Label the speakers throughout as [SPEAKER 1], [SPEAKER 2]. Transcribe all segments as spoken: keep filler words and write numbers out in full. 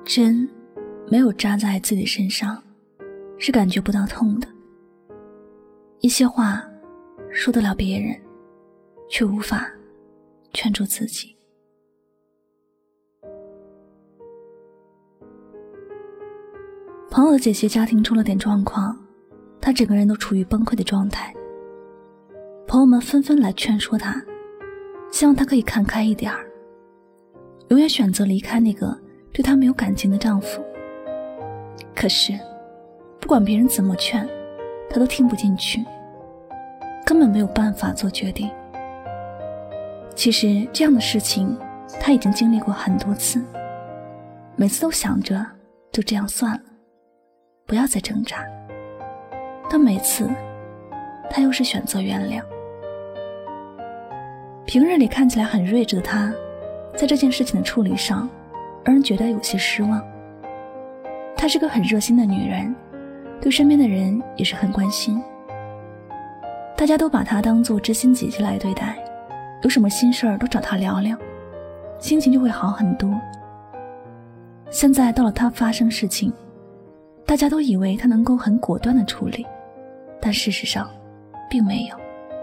[SPEAKER 1] 针没有扎在自己身上，是感觉不到痛的。一些话说得了别人，却无法劝住自己。朋友的姐姐家庭出了点状况，她整个人都处于崩溃的状态。朋友们纷纷来劝说她，希望她可以看开一点儿，永远选择离开那个对她没有感情的丈夫。可是不管别人怎么劝，她都听不进去，根本没有办法做决定。其实这样的事情她已经经历过很多次，每次都想着就这样算了，不要再挣扎，但每次她又是选择原谅。平日里看起来很睿智的她，在这件事情的处理上让人觉得有些失望。她是个很热心的女人，对身边的人也是很关心，大家都把她当作知心姐姐来对待，有什么心事儿都找她聊聊，心情就会好很多。现在到了她发生事情，大家都以为她能够很果断地处理，但事实上并没有。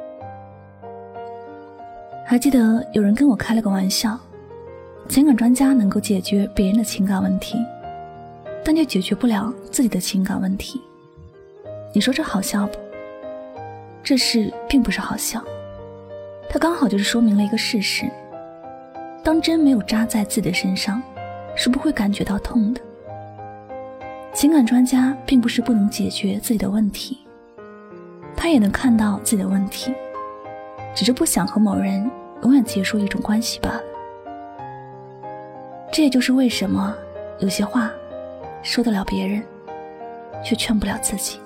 [SPEAKER 1] 还记得有人跟我开了个玩笑，情感专家能够解决别人的情感问题，但却解决不了自己的情感问题。你说这好笑不？这事并不是好笑，它刚好就是说明了一个事实：当针没有扎在自己的身上，是不会感觉到痛的。情感专家并不是不能解决自己的问题，他也能看到自己的问题，只是不想和某人永远结束一种关系罢了。这也就是为什么有些话说得了别人，却劝不了自己。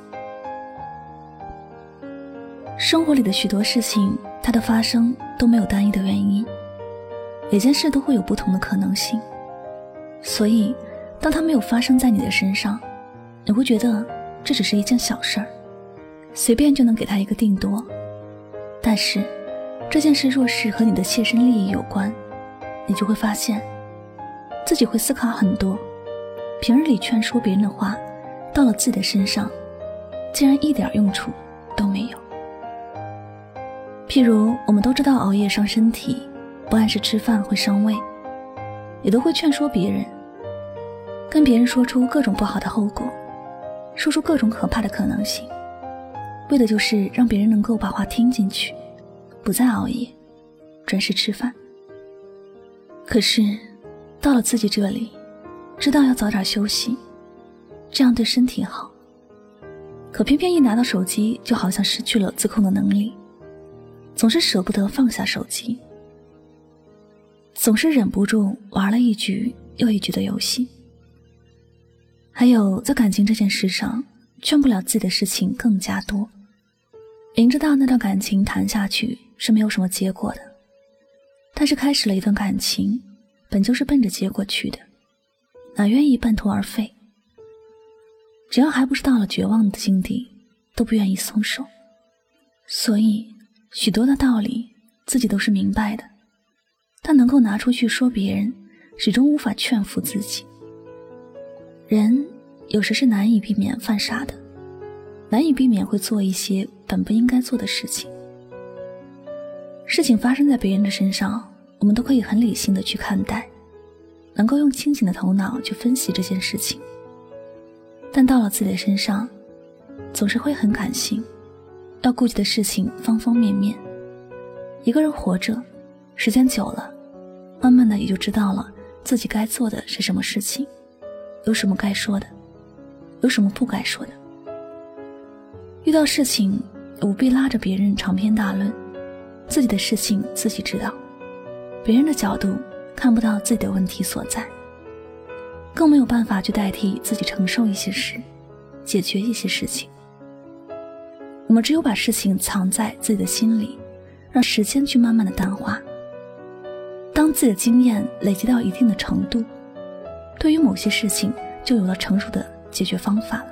[SPEAKER 1] 生活里的许多事情，它的发生都没有单一的原因，每件事都会有不同的可能性。所以当它没有发生在你的身上，你会觉得这只是一件小事儿，随便就能给它一个定夺。但是这件事若是和你的切身利益有关，你就会发现自己会思考很多，平日里劝说别人的话，到了自己的身上竟然一点用处都没有。譬如我们都知道熬夜伤身体，不按时吃饭会伤胃，也都会劝说别人，跟别人说出各种不好的后果，说出各种可怕的可能性，为的就是让别人能够把话听进去，不再熬夜，准时吃饭。可是到了自己这里，知道要早点休息，这样对身体好，可偏偏一拿到手机就好像失去了自控的能力，总是舍不得放下手机，总是忍不住玩了一局又一局的游戏。还有在感情这件事上，劝不了自己的事情更加多。明知道那段感情谈下去是没有什么结果的，但是开始了一段感情，本就是奔着结果去的，哪愿意半途而废？只要还不是到了绝望的境地，都不愿意松手。所以许多的道理自己都是明白的，但能够拿出去说别人，始终无法劝服自己。人有时是难以避免犯傻的，难以避免会做一些本不应该做的事情。事情发生在别人的身上，我们都可以很理性的去看待，能够用清醒的头脑去分析这件事情。但到了自己的身上，总是会很感性，要顾及的事情方方面面。一个人活着，时间久了，慢慢的也就知道了自己该做的是什么事情，有什么该说的，有什么不该说的。遇到事情不必拉着别人长篇大论，自己的事情自己知道，别人的角度看不到自己的问题所在，更没有办法去代替自己承受一些事，解决一些事情。我们只有把事情藏在自己的心里，让时间去慢慢的淡化。当自己的经验累积到一定的程度，对于某些事情就有了成熟的解决方法了。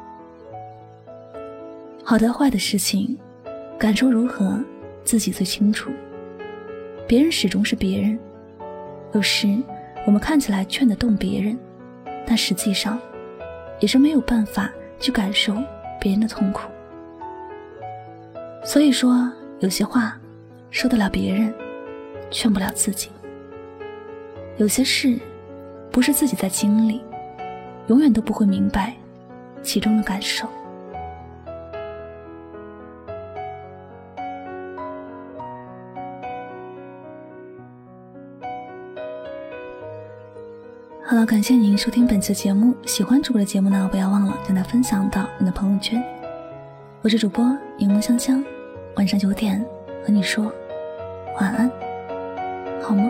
[SPEAKER 1] 好的坏的事情，感受如何自己最清楚，别人始终是别人。有时我们看起来劝得动别人， 但实际上也是没有办法去感受别人的痛苦。所以说，有些话说得了别人，劝不了自己；有些事不是自己在经历，永远都不会明白其中的感受。好了，感谢您收听本期节目，喜欢主播的节目呢，不要忘了将它分享到你的朋友圈。我是主播柠檬香香，晚上九点和你说晚安，好吗？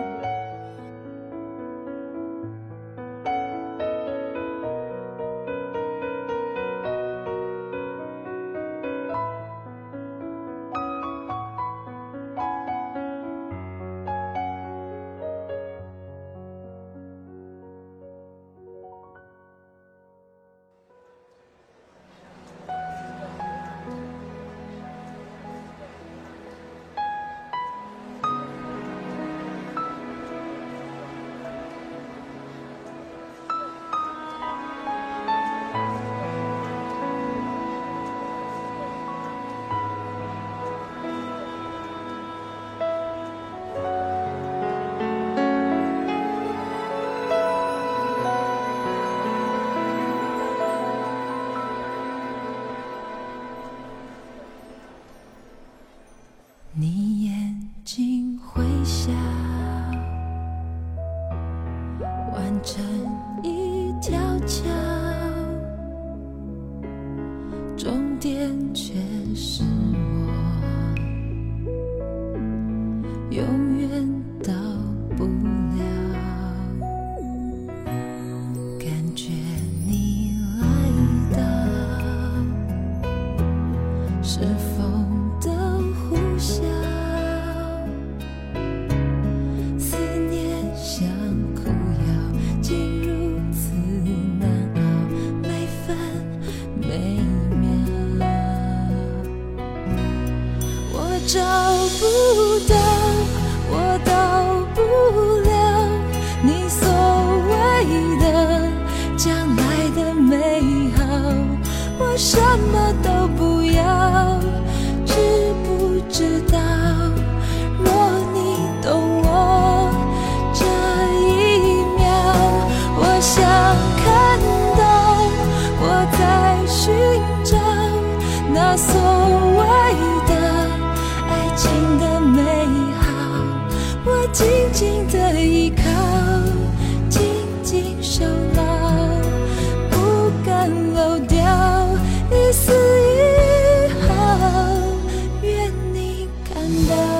[SPEAKER 2] 你眼睛会笑，完成一条桥，终点却是我，永远到不了。感觉你来到，是否思念像苦药，竟如此难熬，每分每秒。我找不到，我到不了你所谓的将来的美好，我什么都不要，知不知道？若你懂我这一秒，我想看到我在寻找那所谓的爱情的美好，我紧紧的依靠，紧紧守牢，不敢漏掉一丝一毫，愿你看到。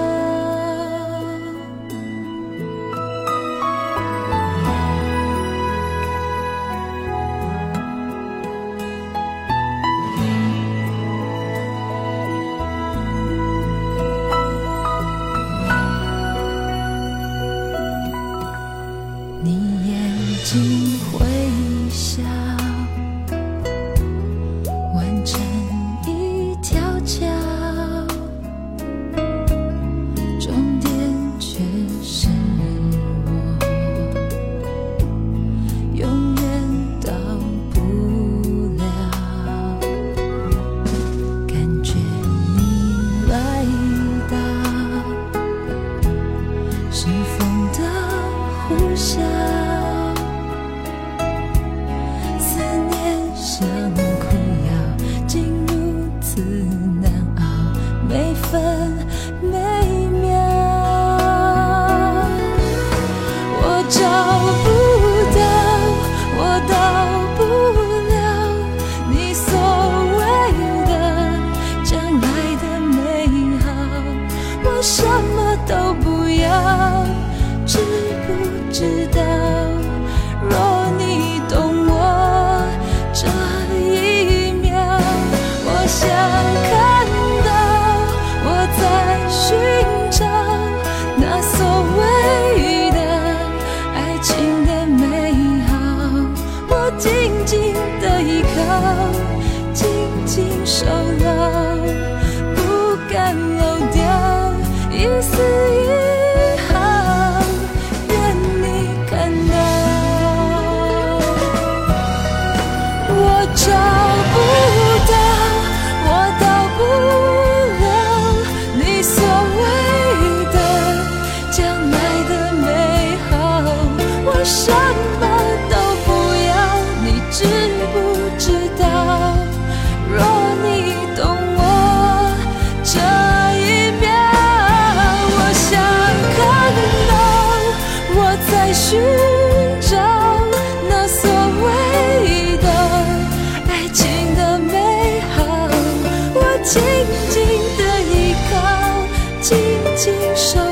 [SPEAKER 2] 你眼睛会笑，完成一条桥，终点却是我，永远到不了。感觉你来到，是风的呼啸，思念像苦药，竟如此难熬，每分每秒。我找不到，我到不了你所谓的将来的美好，我什么都不要，知不知道？若你懂我这一秒，我想看到我在寻找那所谓的爱情的美好，我紧紧的依靠，紧紧守牢，不敢漏掉一丝一毫， 寻找那所谓的爱情的美好，我紧紧的依靠，紧紧守